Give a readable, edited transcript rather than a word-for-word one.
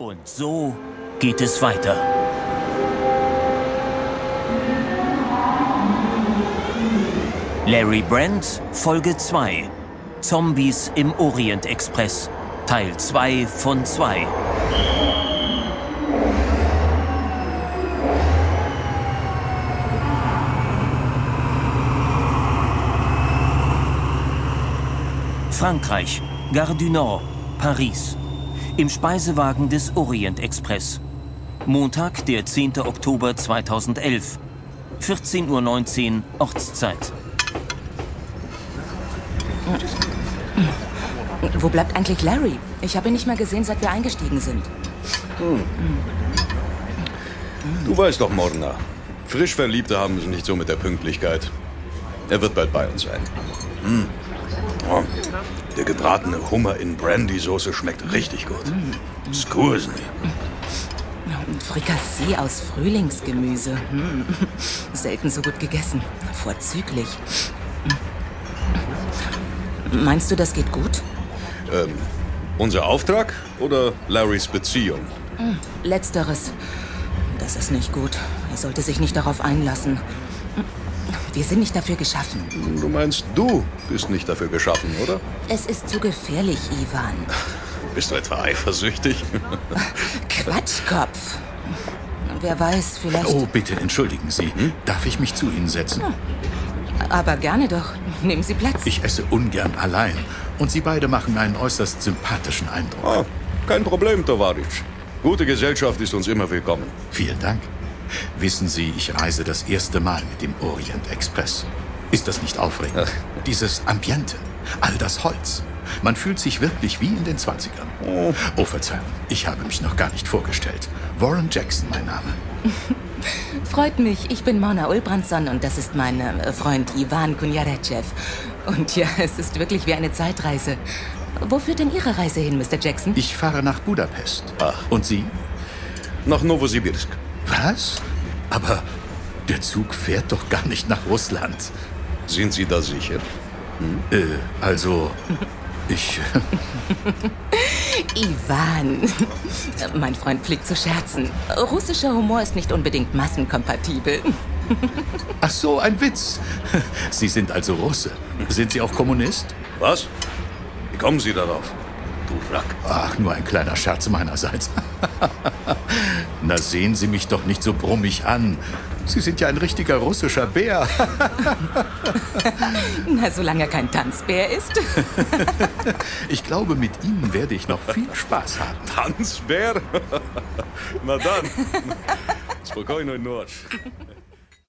Und so geht es weiter. Larry Brand, Folge 2. Zombies im Orient Express. Teil 2 von 2. Frankreich, Gare du Nord, Paris. Im Speisewagen des Orient Express. Montag, der 10. Oktober 2011. 14:19 Uhr Ortszeit. Wo bleibt eigentlich Larry? Ich habe ihn nicht mehr gesehen, seit wir eingestiegen sind. Du weißt doch, Morna, frisch Verliebte haben es nicht so mit der Pünktlichkeit. Er wird bald bei uns sein. Oh, der gebratene Hummer in Brandy-Soße schmeckt richtig gut. Scusi. Frikassee aus Frühlingsgemüse. Selten so gut gegessen. Vorzüglich. Meinst du, das geht gut? Unser Auftrag oder Larrys Beziehung? Letzteres. Das ist nicht gut. Er sollte sich nicht darauf einlassen. Wir sind nicht dafür geschaffen. Du meinst, du bist nicht dafür geschaffen, oder? Es ist zu gefährlich, Ivan. Bist du etwa eifersüchtig? Quatschkopf. Wer weiß, vielleicht... Oh, bitte, entschuldigen Sie. Darf ich mich zu Ihnen setzen? Aber gerne doch. Nehmen Sie Platz. Ich esse ungern allein. Und Sie beide machen einen äußerst sympathischen Eindruck. Ah, kein Problem, Tovaric. Gute Gesellschaft ist uns immer willkommen. Vielen Dank. Wissen Sie, ich reise das erste Mal mit dem Orient Express. Ist das nicht aufregend? Dieses Ambiente, all das Holz. Man fühlt sich wirklich wie in den 20ern. Oh, Verzeihung, ich habe mich noch gar nicht vorgestellt. Warren Jackson, mein Name. Freut mich. Ich bin Mona Ulbrandsson und das ist mein Freund Ivan Kunjarechev. Und ja, es ist wirklich wie eine Zeitreise. Wo führt denn Ihre Reise hin, Mr. Jackson? Ich fahre nach Budapest. Ach. Und Sie? Nach Novosibirsk. Was? Aber der Zug fährt doch gar nicht nach Russland. Sind Sie da sicher? Also, ich... Ivan. Mein Freund pflegt zu scherzen. Russischer Humor ist nicht unbedingt massenkompatibel. Ach so, ein Witz. Sie sind also Russe. Sind Sie auch Kommunist? Was? Wie kommen Sie darauf? Du Rack. Ach, nur ein kleiner Scherz meinerseits. Na, sehen Sie mich doch nicht so brummig an. Sie sind ja ein richtiger russischer Bär. Na, solange er kein Tanzbär ist. Ich glaube, mit Ihnen werde ich noch viel Spaß haben. Tanzbär? Na dann. Spokojno noc.